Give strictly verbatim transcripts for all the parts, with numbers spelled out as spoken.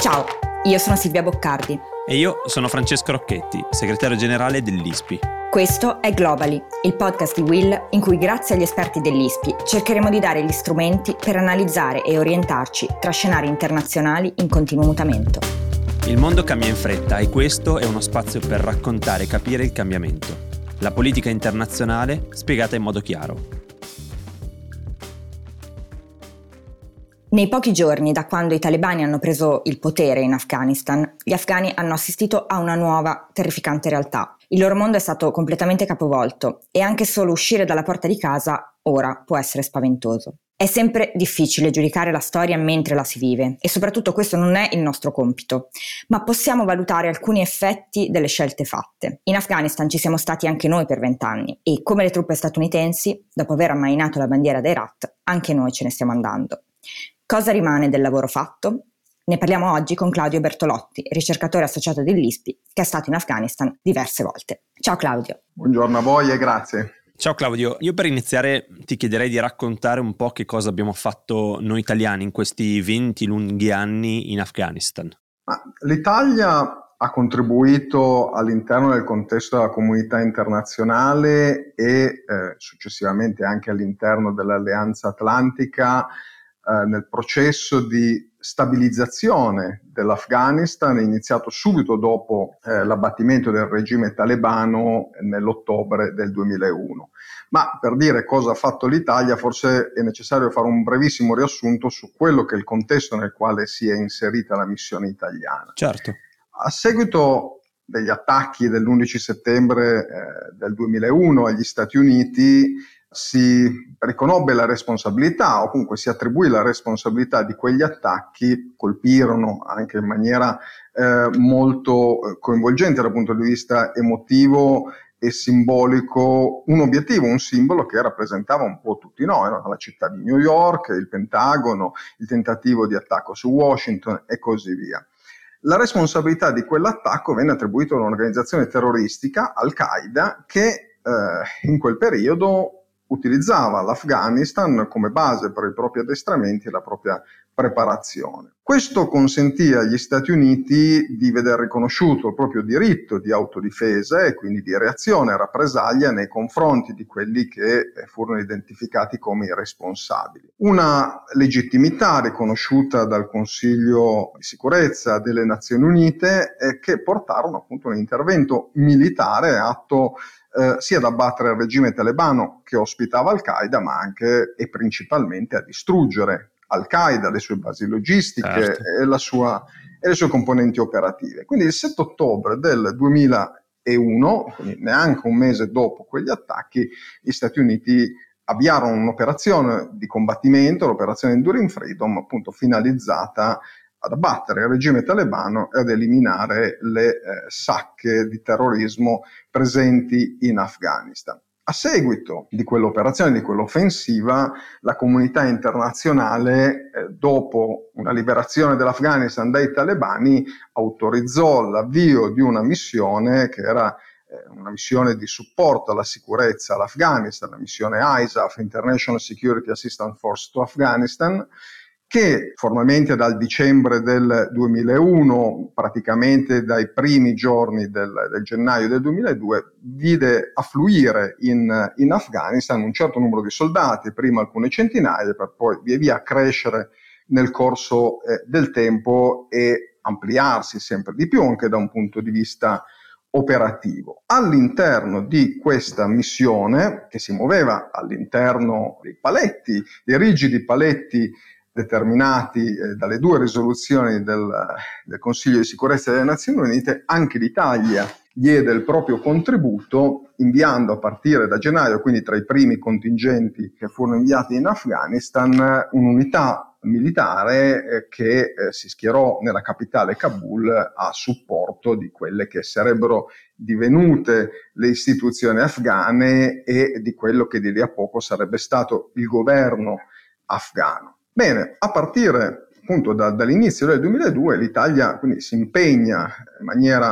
Ciao, io sono Silvia Boccardi. E io sono Francesco Rocchetti, segretario generale dell'I S P I. Questo è Globally, il podcast di Will in cui grazie agli esperti dell'I S P I cercheremo di dare gli strumenti per analizzare e orientarci tra scenari internazionali in continuo mutamento. Il mondo cambia in fretta e questo è uno spazio per raccontare e capire il cambiamento. La politica internazionale spiegata in modo chiaro. Nei pochi giorni da quando i talebani hanno preso il potere in Afghanistan, gli afghani hanno assistito a una nuova, terrificante realtà. Il loro mondo è stato completamente capovolto e anche solo uscire dalla porta di casa ora può essere spaventoso. È sempre difficile giudicare la storia mentre la si vive e soprattutto questo non è il nostro compito, ma possiamo valutare alcuni effetti delle scelte fatte. In Afghanistan ci siamo stati anche noi per vent'anni e come le truppe statunitensi, dopo aver ammainato la bandiera dei R A T, anche noi ce ne stiamo andando. Cosa rimane del lavoro fatto? Ne parliamo oggi con Claudio Bertolotti, ricercatore associato dell'I S P I, che è stato in Afghanistan diverse volte. Ciao Claudio. Buongiorno a voi e grazie. Ciao Claudio, io per iniziare ti chiederei di raccontare un po' che cosa abbiamo fatto noi italiani in questi venti lunghi anni in Afghanistan. L'Italia ha contribuito all'interno del contesto della comunità internazionale e eh, successivamente anche all'interno dell'Alleanza Atlantica eh, nel processo di stabilizzazione dell'Afghanistan, iniziato subito dopo eh, l'abbattimento del regime talebano nell'ottobre del duemilauno. Ma per dire cosa ha fatto l'Italia, forse è necessario fare un brevissimo riassunto su quello che è il contesto nel quale si è inserita la missione italiana. Certo. A seguito degli attacchi dell'undici settembre eh, del duemilauno agli Stati Uniti, si riconobbe la responsabilità o comunque si attribuì la responsabilità di quegli attacchi, colpirono anche in maniera eh, molto coinvolgente dal punto di vista emotivo e simbolico un obiettivo, un simbolo che rappresentava un po' tutti noi, no? La città di New York, il Pentagono, il tentativo di attacco su Washington e così via. La responsabilità di quell'attacco venne attribuita a un'organizzazione terroristica, Al-Qaeda, che eh, in quel periodo utilizzava l'Afghanistan come base per i propri addestramenti e la propria preparazione. Questo consentì agli Stati Uniti di veder riconosciuto il proprio diritto di autodifesa e quindi di reazione e rappresaglia nei confronti di quelli che furono identificati come i responsabili. Una legittimità riconosciuta dal Consiglio di sicurezza delle Nazioni Unite eh, che portarono appunto un intervento militare atto Eh, sia ad abbattere il regime talebano che ospitava Al-Qaeda, ma anche e principalmente a distruggere Al-Qaeda, le sue basi logistiche certo. e, la sua, e le sue componenti operative. Quindi il sette ottobre del duemilauno, quindi neanche un mese dopo quegli attacchi, gli Stati Uniti avviarono un'operazione di combattimento, l'operazione Enduring Freedom, appunto finalizzata ad abbattere il regime talebano e ad eliminare le eh, sacche di terrorismo presenti in Afghanistan. A seguito di quell'operazione, di quell'offensiva, la comunità internazionale, eh, dopo una liberazione dell'Afghanistan dai talebani, autorizzò l'avvio di una missione che era eh, una missione di supporto alla sicurezza all'Afghanistan, la missione I S A F, International Security Assistance Force to Afghanistan, che formalmente dal dicembre del duemilauno, praticamente dai primi giorni del, del gennaio del duemiladue, vide affluire in, in Afghanistan un certo numero di soldati, prima alcune centinaia, per poi via via crescere nel corso eh, del tempo e ampliarsi sempre di più anche da un punto di vista operativo. All'interno di questa missione, che si muoveva all'interno dei paletti, dei rigidi paletti determinati eh, dalle due risoluzioni del, del Consiglio di sicurezza delle Nazioni Unite, anche l'Italia diede il proprio contributo inviando a partire da gennaio, quindi tra i primi contingenti che furono inviati in Afghanistan, un'unità militare eh, che eh, si schierò nella capitale Kabul a supporto di quelle che sarebbero divenute le istituzioni afghane e di quello che di lì a poco sarebbe stato il governo afghano. Bene, a partire appunto da, dall'inizio del duemiladue l'Italia quindi si impegna in maniera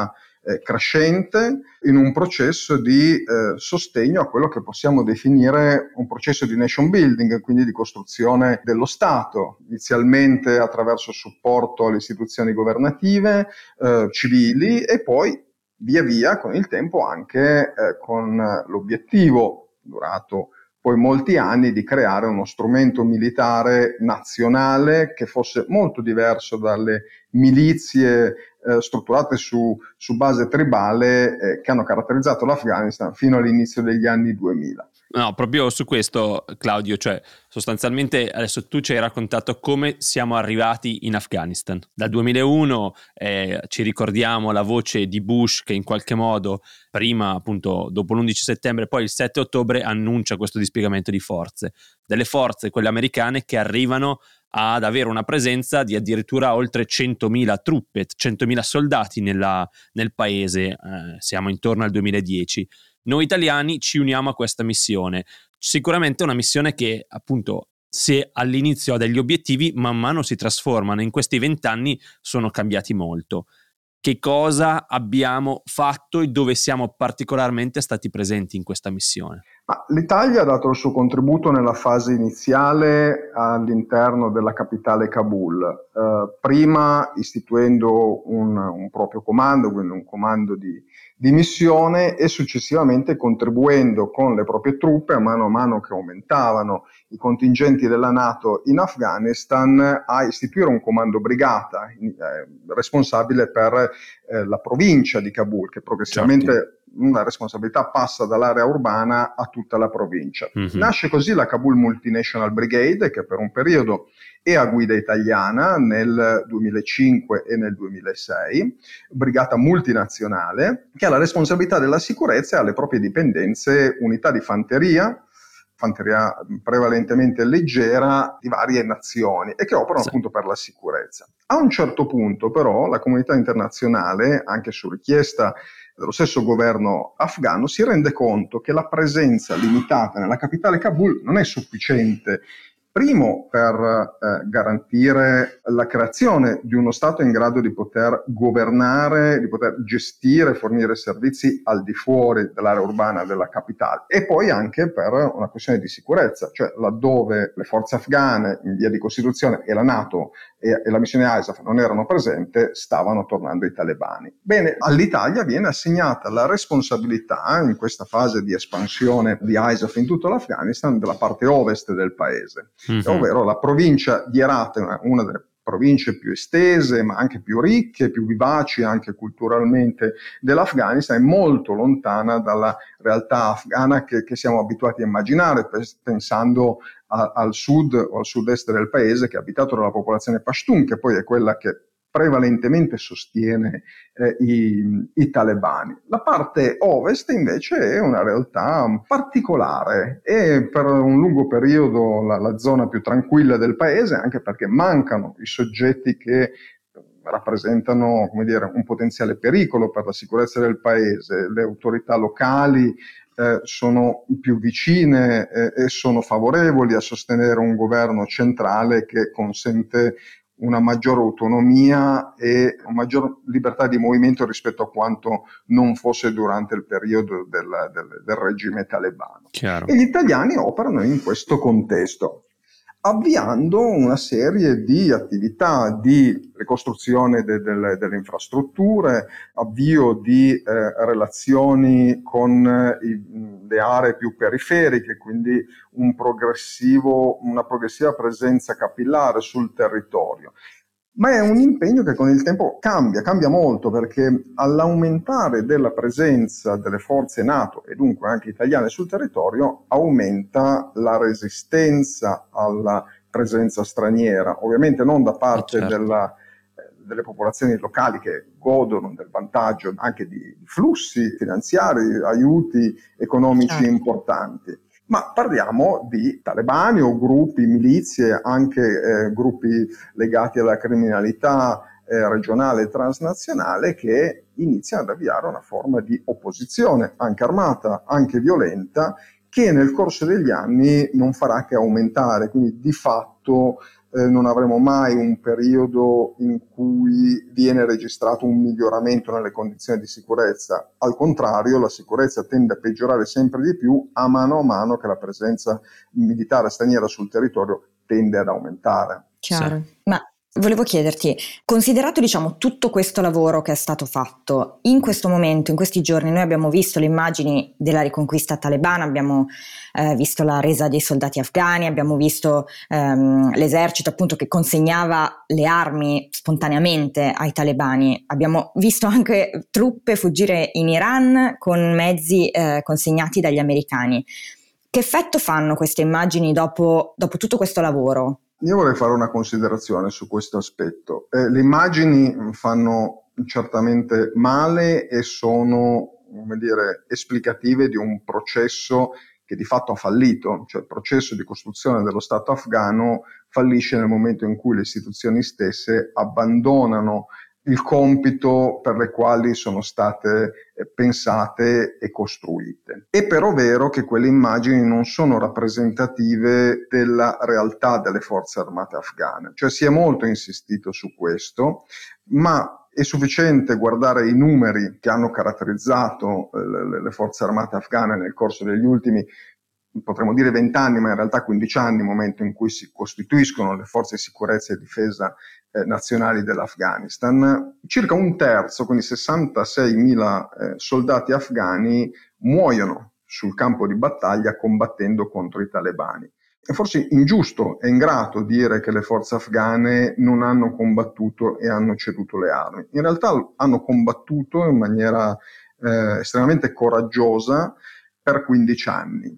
eh, crescente in un processo di eh, sostegno a quello che possiamo definire un processo di nation building, quindi di costruzione dello Stato, inizialmente attraverso il supporto alle istituzioni governative, eh, civili, e poi via via con il tempo anche eh, con l'obiettivo durato poi molti anni di creare uno strumento militare nazionale che fosse molto diverso dalle milizie eh, strutturate su, su base tribale eh, che hanno caratterizzato l'Afghanistan fino all'inizio degli anni duemila. No, proprio su questo, Claudio, cioè sostanzialmente adesso tu ci hai raccontato come siamo arrivati in Afghanistan. Dal duemilauno eh, ci ricordiamo la voce di Bush che in qualche modo prima, appunto, dopo l'undici settembre, poi il sette ottobre annuncia questo dispiegamento di forze, delle forze, quelle americane, che arrivano ad avere una presenza di addirittura oltre centomila truppe, centomila soldati nella, nel paese, eh, siamo intorno al duemiladieci. Noi italiani ci uniamo a questa missione, sicuramente una missione che appunto se all'inizio ha degli obiettivi man mano si trasformano, in questi vent'anni sono cambiati molto. Che cosa abbiamo fatto e dove siamo particolarmente stati presenti in questa missione? Ma l'Italia ha dato il suo contributo nella fase iniziale all'interno della capitale Kabul, eh, prima istituendo un, un proprio comando, quindi un comando di, di missione, e successivamente contribuendo con le proprie truppe, a mano a mano che aumentavano i contingenti della NATO in Afghanistan, a istituire un comando brigata eh, responsabile per eh, la provincia di Kabul, che progressivamente... Certo. Una responsabilità passa dall'area urbana a tutta la provincia. Mm-hmm. Nasce così la Kabul Multinational Brigade, che per un periodo è a guida italiana nel duemilacinque e nel duemilasei, brigata multinazionale, che ha la responsabilità della sicurezza e ha le proprie dipendenze unità di fanteria, fanteria prevalentemente leggera di varie nazioni e che operano sì. appunto per la sicurezza. A un certo punto però la comunità internazionale, anche su richiesta dello stesso governo afghano, si rende conto che la presenza limitata nella capitale Kabul non è sufficiente. Primo, per eh, garantire la creazione di uno Stato in grado di poter governare, di poter gestire, fornire servizi al di fuori dell'area urbana della capitale, e poi anche per una questione di sicurezza, cioè laddove le forze afghane in via di costituzione e la NATO e, e la missione I S A F non erano presenti, stavano tornando i talebani. Bene, all'Italia viene assegnata la responsabilità, in questa fase di espansione di I S A F in tutto l'Afghanistan, della parte ovest del paese. Mm-hmm. Ovvero la provincia di Herat, una, una delle province più estese ma anche più ricche, più vivaci anche culturalmente dell'Afghanistan, è molto lontana dalla realtà afghana che, che siamo abituati a immaginare, pensando a, al sud o al sud-est del paese, che è abitato dalla popolazione Pashtun, che poi è quella che prevalentemente sostiene eh, i, i talebani. La parte ovest invece è una realtà particolare, è per un lungo periodo la, la zona più tranquilla del paese, anche perché mancano i soggetti che rappresentano, come dire, un potenziale pericolo per la sicurezza del paese. Le autorità locali eh, sono più vicine eh, e sono favorevoli a sostenere un governo centrale che consente una maggiore autonomia e una maggior libertà di movimento rispetto a quanto non fosse durante il periodo del, del, del regime talebano. Chiaro. E gli italiani operano in questo contesto, avviando una serie di attività di ricostruzione de, de, delle infrastrutture, avvio di eh, relazioni con i, le aree più periferiche, quindi un progressivo, una progressiva presenza capillare sul territorio. Ma è un impegno che con il tempo cambia, cambia molto, perché all'aumentare della presenza delle forze NATO e dunque anche italiane sul territorio aumenta la resistenza alla presenza straniera, ovviamente non da parte certo. della, delle popolazioni locali che godono del vantaggio anche di flussi finanziari, aiuti economici certo. importanti. Ma parliamo di talebani o gruppi, milizie, anche eh, gruppi legati alla criminalità eh, regionale e transnazionale, che iniziano ad avviare una forma di opposizione, anche armata, anche violenta, che nel corso degli anni non farà che aumentare, quindi di fatto eh, non avremo mai un periodo in cui viene registrato un miglioramento nelle condizioni di sicurezza. Al contrario, la sicurezza tende a peggiorare sempre di più a mano a mano che la presenza militare straniera sul territorio tende ad aumentare. Chiaro. Sì. Ma volevo chiederti, considerato diciamo tutto questo lavoro che è stato fatto, in questo momento, in questi giorni, noi abbiamo visto le immagini della riconquista talebana, abbiamo eh, visto la resa dei soldati afghani, abbiamo visto ehm, l'esercito appunto che consegnava le armi spontaneamente ai talebani, abbiamo visto anche truppe fuggire in Iran con mezzi eh, consegnati dagli americani. Che effetto fanno queste immagini dopo, dopo tutto questo lavoro? Io vorrei fare una considerazione su questo aspetto. Eh, le immagini fanno certamente male e sono, come dire, esplicative di un processo che di fatto ha fallito, cioè il processo di costruzione dello Stato afghano fallisce nel momento in cui le istituzioni stesse abbandonano il compito per le quali sono state pensate e costruite. È però vero che quelle immagini non sono rappresentative della realtà delle forze armate afghane, cioè si è molto insistito su questo, ma è sufficiente guardare i numeri che hanno caratterizzato le, le forze armate afghane nel corso degli ultimi, potremmo dire vent'anni, ma in realtà quindici anni, momento in cui si costituiscono le forze di sicurezza e difesa eh, nazionali dell'Afghanistan. Circa un terzo, quindi sessantaseimila eh, soldati afghani muoiono sul campo di battaglia combattendo contro i talebani. È forse ingiusto e ingrato dire che le forze afghane non hanno combattuto e hanno ceduto le armi. In realtà hanno combattuto in maniera eh, estremamente coraggiosa per quindici anni.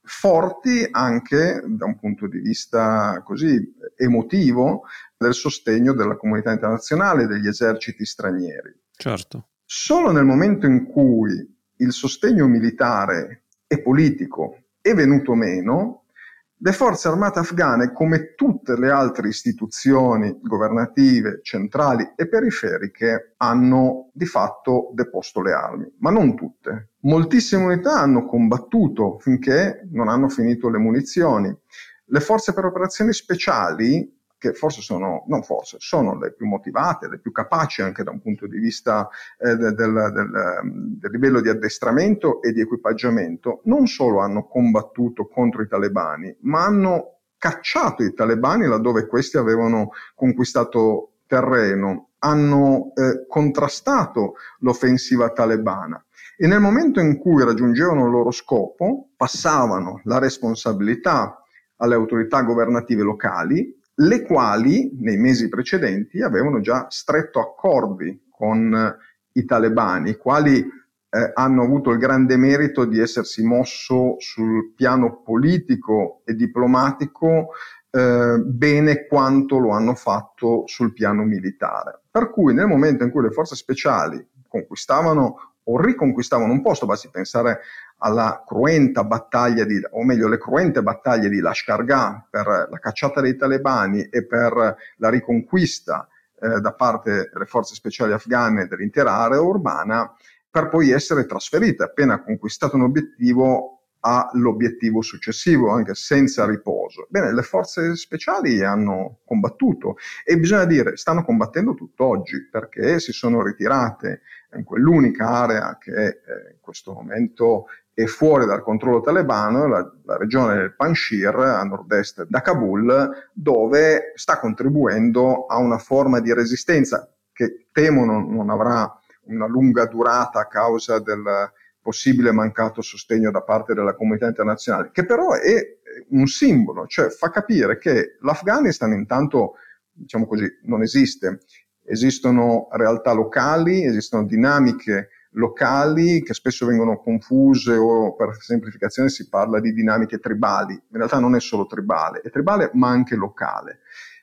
Forti anche da un punto di vista così emotivo del sostegno della comunità internazionale, degli eserciti stranieri. Certo. Solo nel momento in cui il sostegno militare e politico è venuto meno, le forze armate afghane, come tutte le altre istituzioni governative, centrali e periferiche, hanno di fatto deposto le armi, ma non tutte. Moltissime unità hanno combattuto finché non hanno finito le munizioni. Le forze per operazioni speciali, che forse sono, non forse, sono le più motivate, le più capaci anche da un punto di vista eh, del, del, del livello di addestramento e di equipaggiamento, non solo hanno combattuto contro i talebani, ma hanno cacciato i talebani laddove questi avevano conquistato terreno, hanno eh, contrastato l'offensiva talebana. E nel momento in cui raggiungevano il loro scopo, passavano la responsabilità alle autorità governative locali, le quali nei mesi precedenti avevano già stretto accordi con i talebani, i quali eh, hanno avuto il grande merito di essersi mosso sul piano politico e diplomatico eh, bene quanto lo hanno fatto sul piano militare. Per cui nel momento in cui le forze speciali conquistavano o riconquistavano un posto, basti pensare alla cruenta battaglia di, o meglio le cruente battaglie di Lashkar Gah per la cacciata dei talebani e per la riconquista eh, da parte delle forze speciali afghane dell'intera area urbana, per poi essere trasferite appena conquistato un obiettivo all'obiettivo successivo, anche senza riposo. Bene, le forze speciali hanno combattuto e bisogna dire stanno combattendo tutt'oggi, perché si sono ritirate in quell'unica area che eh, in questo momento è fuori dal controllo talebano, la, la regione del Panjshir a nord-est da Kabul, dove sta contribuendo a una forma di resistenza che temono non avrà una lunga durata a causa del possibile mancato sostegno da parte della comunità internazionale, che però è un simbolo, cioè fa capire che l'Afghanistan intanto, diciamo così, non esiste. Esistono realtà locali, esistono dinamiche locali che spesso vengono confuse o per semplificazione si parla di dinamiche tribali. In realtà non è solo tribale, è tribale ma anche locale.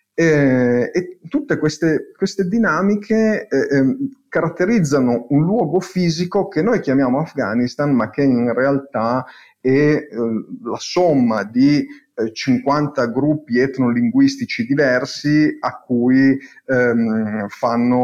Eh, e tutte queste, queste dinamiche eh, eh, caratterizzano un luogo fisico che noi chiamiamo Afghanistan, ma che in realtà è eh, la somma di eh, cinquanta gruppi etnolinguistici diversi a cui ehm, fanno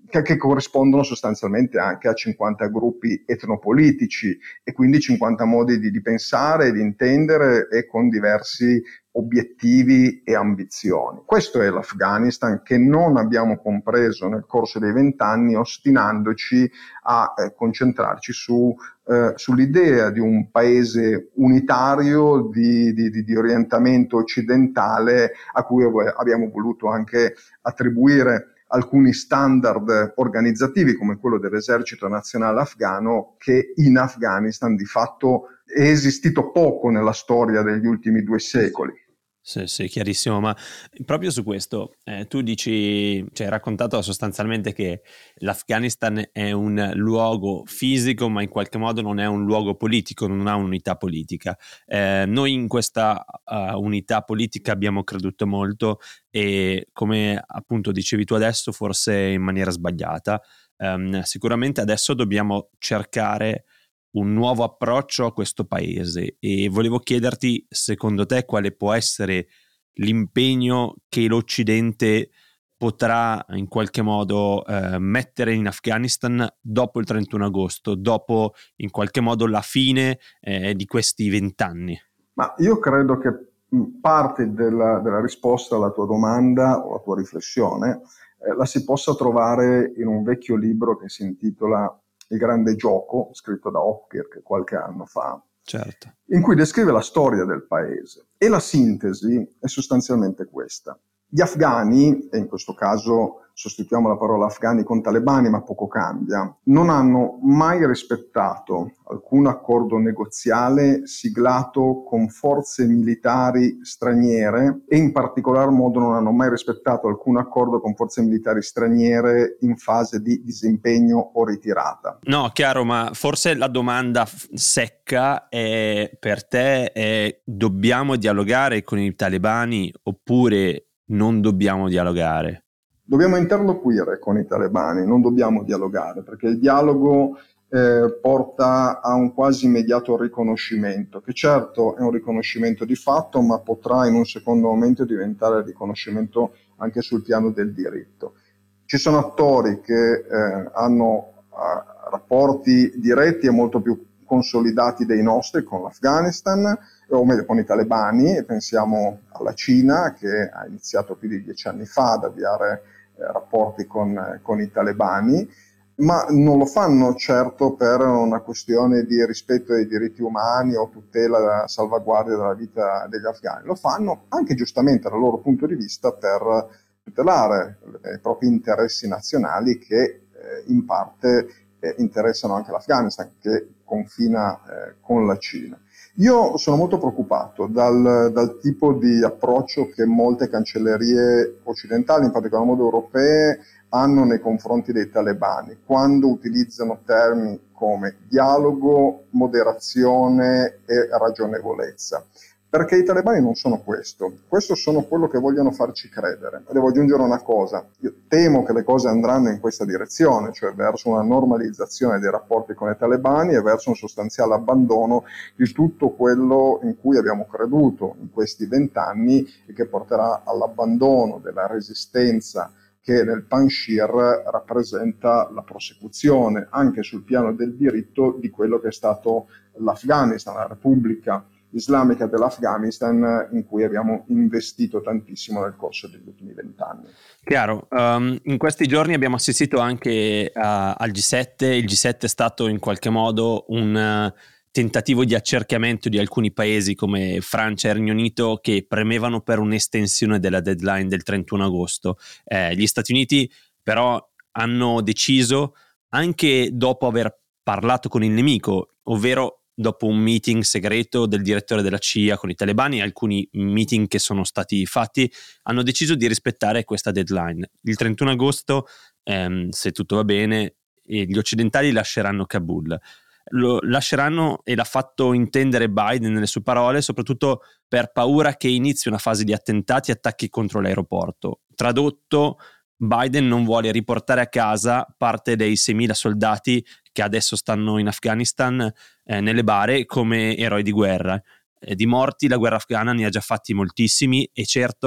che, che corrispondono sostanzialmente anche a cinquanta gruppi etnopolitici e quindi cinquanta modi di, di pensare, di intendere e con diversi obiettivi e ambizioni. Questo è l'Afghanistan che non abbiamo compreso nel corso dei vent'anni, ostinandoci a eh, concentrarci su, eh, sull'idea di un paese unitario di, di, di orientamento occidentale a cui abbiamo voluto anche attribuire alcuni standard organizzativi come quello dell'esercito nazionale afghano, che in Afghanistan di fatto è esistito poco nella storia degli ultimi due secoli. Sì, sì, chiarissimo, ma proprio su questo eh, tu dici, cioè hai raccontato sostanzialmente che l'Afghanistan è un luogo fisico, ma in qualche modo non è un luogo politico, non ha un'unità politica. Eh, noi in questa uh, unità politica abbiamo creduto molto e, come appunto dicevi tu adesso, forse in maniera sbagliata. Um, sicuramente adesso dobbiamo cercare un nuovo approccio a questo paese e volevo chiederti, secondo te, quale può essere l'impegno che l'Occidente potrà in qualche modo eh, mettere in Afghanistan dopo il trentuno agosto, dopo in qualche modo la fine eh, di questi vent'anni? Ma io credo che parte della, della risposta alla tua domanda o alla tua riflessione eh, la si possa trovare in un vecchio libro che si intitola Il grande gioco, scritto da Hopkirk qualche anno fa, certo, in cui descrive la storia del paese. E la sintesi è sostanzialmente questa. Gli afghani, e in questo caso sostituiamo la parola afghani con talebani, ma poco cambia, non hanno mai rispettato alcun accordo negoziale siglato con forze militari straniere e in particolar modo non hanno mai rispettato alcun accordo con forze militari straniere in fase di disimpegno o ritirata. No, chiaro, ma forse la domanda secca è, per te è: dobbiamo dialogare con i talebani oppure non dobbiamo dialogare? Dobbiamo interloquire con i talebani, non dobbiamo dialogare, perché il dialogo eh, porta a un quasi immediato riconoscimento, che certo è un riconoscimento di fatto, ma potrà in un secondo momento diventare riconoscimento anche sul piano del diritto. Ci sono attori che eh, hanno eh, rapporti diretti e molto più consolidati dei nostri con l'Afghanistan, o meglio con i talebani, e pensiamo alla Cina che ha iniziato più di dieci anni fa ad avviare eh, rapporti con, eh, con i talebani, ma non lo fanno certo per una questione di rispetto dei diritti umani o tutela, salvaguardia della vita degli afghani, lo fanno anche giustamente dal loro punto di vista per tutelare i propri interessi nazionali che eh, in parte eh, interessano anche l'Afghanistan, che confina eh, con la Cina. Io sono molto preoccupato dal, dal tipo di approccio che molte cancellerie occidentali, in particolar modo europee, hanno nei confronti dei talebani, quando utilizzano termini come dialogo, moderazione e ragionevolezza. Perché i talebani non sono questo, questo sono quello che vogliono farci credere. Devo aggiungere una cosa, io temo che le cose andranno in questa direzione, cioè verso una normalizzazione dei rapporti con i talebani e verso un sostanziale abbandono di tutto quello in cui abbiamo creduto in questi vent'anni e che porterà all'abbandono della resistenza che nel Panjshir rappresenta la prosecuzione anche sul piano del diritto di quello che è stato l'Afghanistan, la Repubblica Islamica dell'Afghanistan, in cui abbiamo investito tantissimo nel corso degli ultimi vent'anni. Chiaro, um, in questi giorni abbiamo assistito anche uh, al G sette. Il G sette è stato in qualche modo un uh, tentativo di accerchiamento di alcuni paesi come Francia e Regno Unito, che premevano per un'estensione della deadline del trentuno agosto. Eh, gli Stati Uniti però hanno deciso, anche dopo aver parlato con il nemico, ovvero dopo un meeting segreto del direttore della C I A con i talebani e alcuni meeting che sono stati fatti, hanno deciso di rispettare questa deadline. Il trentuno agosto, ehm, se tutto va bene, gli occidentali lasceranno Kabul. Lo lasceranno, e l'ha fatto intendere Biden nelle sue parole, soprattutto per paura che inizi una fase di attentati e attacchi contro l'aeroporto. Tradotto, Biden non vuole riportare a casa parte dei seimila soldati che adesso stanno in Afghanistan eh, nelle bare come eroi di guerra. Eh, di morti la guerra afghana ne ha già fatti moltissimi e certo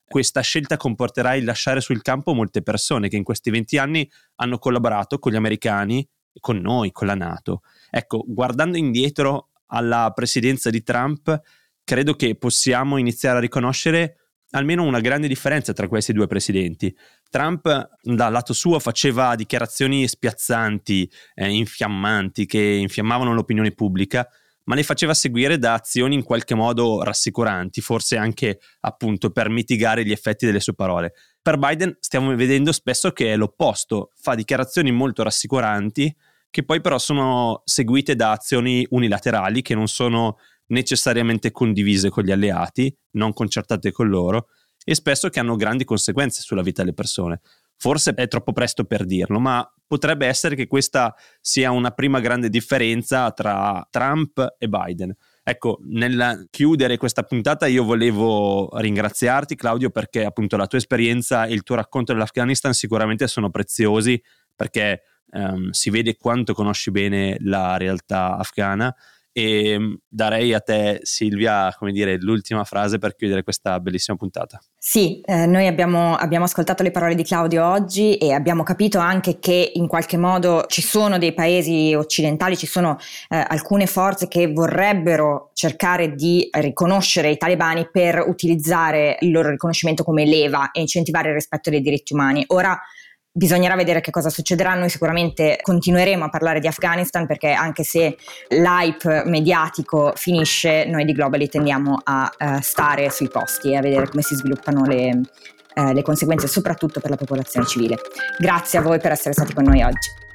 questa scelta comporterà il lasciare sul campo molte persone che in questi venti anni hanno collaborato con gli americani, con noi, con la NATO. Ecco, guardando indietro alla presidenza di Trump, credo che possiamo iniziare a riconoscere almeno una grande differenza tra questi due presidenti. Trump dal lato suo faceva dichiarazioni spiazzanti, eh, infiammanti, che infiammavano l'opinione pubblica, ma le faceva seguire da azioni in qualche modo rassicuranti, forse anche appunto per mitigare gli effetti delle sue parole. Per Biden stiamo vedendo spesso che è l'opposto, fa dichiarazioni molto rassicuranti che poi però sono seguite da azioni unilaterali che non sono necessariamente condivise con gli alleati, non concertate con loro, e spesso che hanno grandi conseguenze sulla vita delle persone. Forse è troppo presto per dirlo, ma potrebbe essere che questa sia una prima grande differenza tra Trump e Biden. Ecco, nel chiudere questa puntata io volevo ringraziarti, Claudio, perché appunto la tua esperienza e il tuo racconto dell'Afghanistan sicuramente sono preziosi, perché um, si vede quanto conosci bene la realtà afghana. E darei a te, Silvia, come dire, l'ultima frase per chiudere questa bellissima puntata. Sì, eh, noi abbiamo, abbiamo ascoltato le parole di Claudio oggi e abbiamo capito anche che in qualche modo ci sono dei paesi occidentali, ci sono eh, alcune forze che vorrebbero cercare di riconoscere i talebani per utilizzare il loro riconoscimento come leva e incentivare il rispetto dei diritti umani. Ora bisognerà vedere che cosa succederà. Noi sicuramente continueremo a parlare di Afghanistan, perché anche se l'hype mediatico finisce, noi di Globally tendiamo a uh, stare sui posti e a vedere come si sviluppano le, uh, le conseguenze, soprattutto per la popolazione civile. Grazie a voi per essere stati con noi oggi.